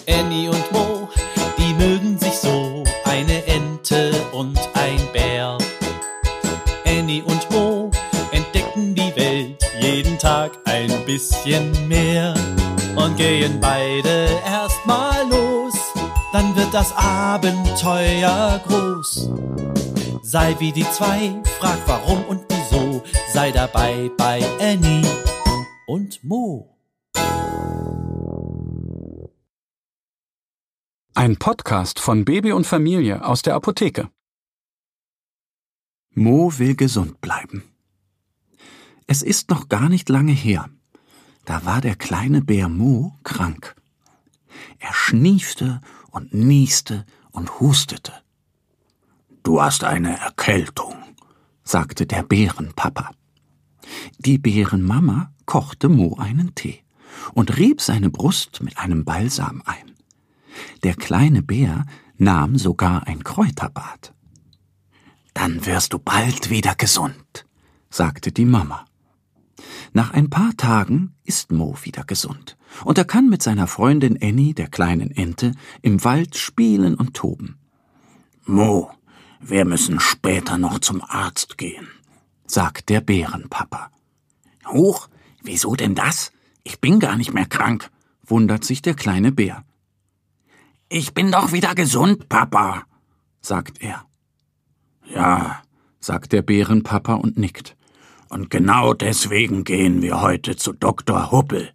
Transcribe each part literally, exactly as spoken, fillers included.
Annie und Mo, die mögen sich so, eine Ente und ein Bär. Annie und Mo entdecken die Welt jeden Tag ein bisschen mehr und gehen beide erstmal los, dann wird das Abenteuer groß. Sei wie die zwei, frag warum und wieso, sei dabei bei Annie und Mo. Ein Podcast von Baby und Familie aus der Apotheke. Mo will gesund bleiben. Es ist noch gar nicht lange her. Da war der kleine Bär Mo krank. Er schniefte und nieste und hustete. »Du hast eine Erkältung«, sagte der Bärenpapa. Die Bärenmama kochte Mo einen Tee und rieb seine Brust mit einem Balsam ein. Der kleine Bär nahm sogar ein Kräuterbad. »Dann wirst du bald wieder gesund«, sagte die Mama. Nach ein paar Tagen ist Mo wieder gesund und er kann mit seiner Freundin Annie, der kleinen Ente, im Wald spielen und toben. »Mo, wir müssen später noch zum Arzt gehen«, sagt der Bärenpapa. »Huch, wieso denn das? Ich bin gar nicht mehr krank«, wundert sich der kleine Bär. »Ich bin doch wieder gesund, Papa«, sagt er. »Ja«, sagt der Bärenpapa und nickt. »Und genau deswegen gehen wir heute zu Doktor Huppel.«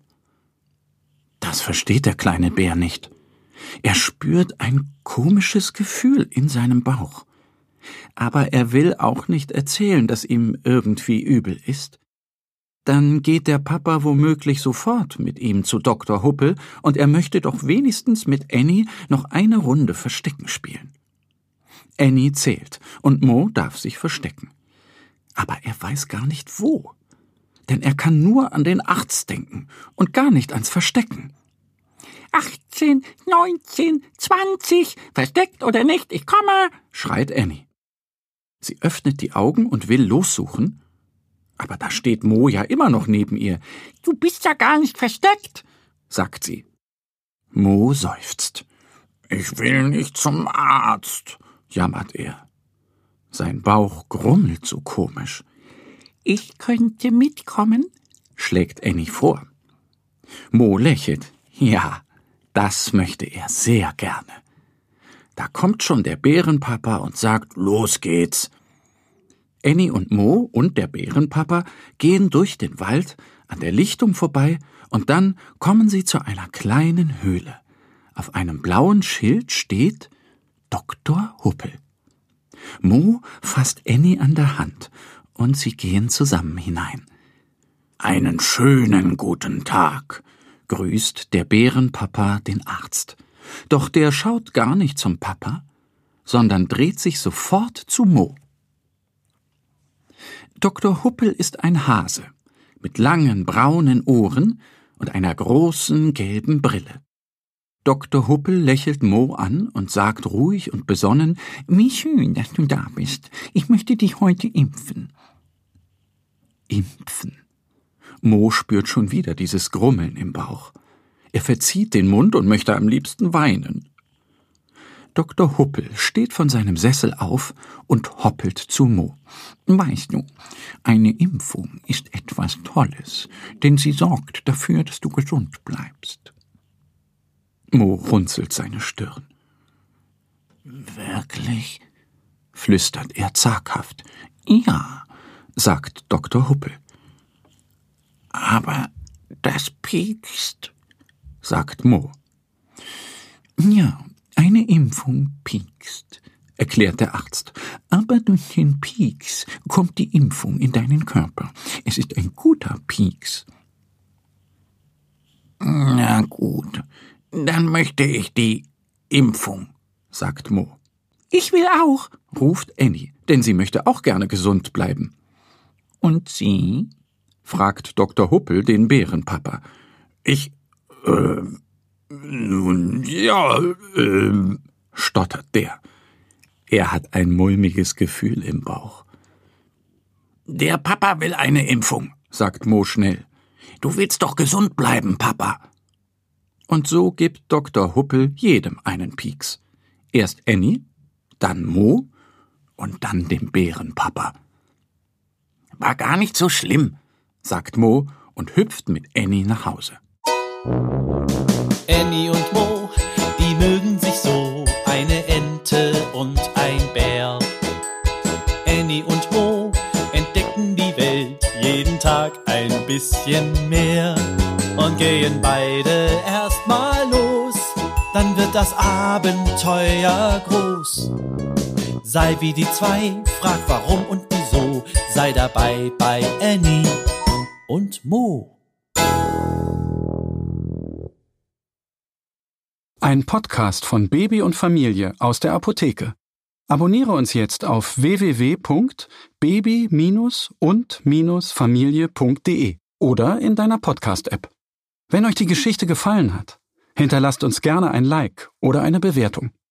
Das versteht der kleine Bär nicht. Er spürt ein komisches Gefühl in seinem Bauch. Aber er will auch nicht erzählen, dass ihm irgendwie übel ist. Dann geht der Papa womöglich sofort mit ihm zu Doktor Huppel und er möchte doch wenigstens mit Annie noch eine Runde Verstecken spielen. Annie zählt und Mo darf sich verstecken. Aber er weiß gar nicht wo, denn er kann nur an den Arzt denken und gar nicht ans Verstecken. »achtzehn, neunzehn, zwanzig, versteckt oder nicht, ich komme«, schreit Annie. Sie öffnet die Augen und will lossuchen, aber da steht Mo ja immer noch neben ihr. »Du bist ja gar nicht versteckt«, sagt sie. Mo seufzt. »Ich will nicht zum Arzt«, jammert er. Sein Bauch grummelt so komisch. »Ich könnte mitkommen«, schlägt Annie vor. Mo lächelt. Ja, das möchte er sehr gerne. Da kommt schon der Bärenpapa und sagt, los geht's. Annie und Mo und der Bärenpapa gehen durch den Wald an der Lichtung vorbei und dann kommen sie zu einer kleinen Höhle. Auf einem blauen Schild steht Doktor Huppel. Mo fasst Annie an der Hand und sie gehen zusammen hinein. »Einen schönen guten Tag«, grüßt der Bärenpapa den Arzt. Doch der schaut gar nicht zum Papa, sondern dreht sich sofort zu Mo. Doktor Huppel ist ein Hase mit langen braunen Ohren und einer großen gelben Brille. Doktor Huppel lächelt Mo an und sagt ruhig und besonnen, »Wie schön, dass du da bist. Ich möchte dich heute impfen.« Impfen. Mo spürt schon wieder dieses Grummeln im Bauch. Er verzieht den Mund und möchte am liebsten weinen. Doktor Huppel steht von seinem Sessel auf und hoppelt zu Mo. »Weißt du, eine Impfung ist etwas Tolles, denn sie sorgt dafür, dass du gesund bleibst.« Mo runzelt seine Stirn. »Wirklich?«, flüstert er zaghaft. »Ja«, sagt Doktor Huppel. »Aber das piekst«, sagt Mo. »Ja, eine Impfung piekst«, erklärt der Arzt. »Aber durch den Pieks kommt die Impfung in deinen Körper. Es ist ein guter Pieks.« »Na gut, dann möchte ich die Impfung«, sagt Mo. »Ich will auch«, ruft Annie, denn sie möchte auch gerne gesund bleiben. »Und Sie?«, fragt Doktor Huppel den Bärenpapa. »Ich, äh, nun, ja, äh«, stottert der. Er hat ein mulmiges Gefühl im Bauch. »Der Papa will eine Impfung«, sagt Mo schnell. »Du willst doch gesund bleiben, Papa.« Und so gibt Doktor Huppel jedem einen Pieks. Erst Annie, dann Mo und dann dem Bärenpapa. »War gar nicht so schlimm«, sagt Mo und hüpft mit Annie nach Hause. Annie und Mo, die mögen sich so, eine Ente und ein Bär. Annie und Mo entdecken die Welt jeden Tag ein bisschen mehr und gehen beide erstmal los, dann wird das Abenteuer groß. Sei wie die zwei, frag warum und wieso, sei dabei bei Annie und Mo. Ein Podcast von Baby und Familie aus der Apotheke. Abonniere uns jetzt auf w w w punkt baby und familie punkt de oder in deiner Podcast-App. Wenn euch die Geschichte gefallen hat, hinterlasst uns gerne ein Like oder eine Bewertung.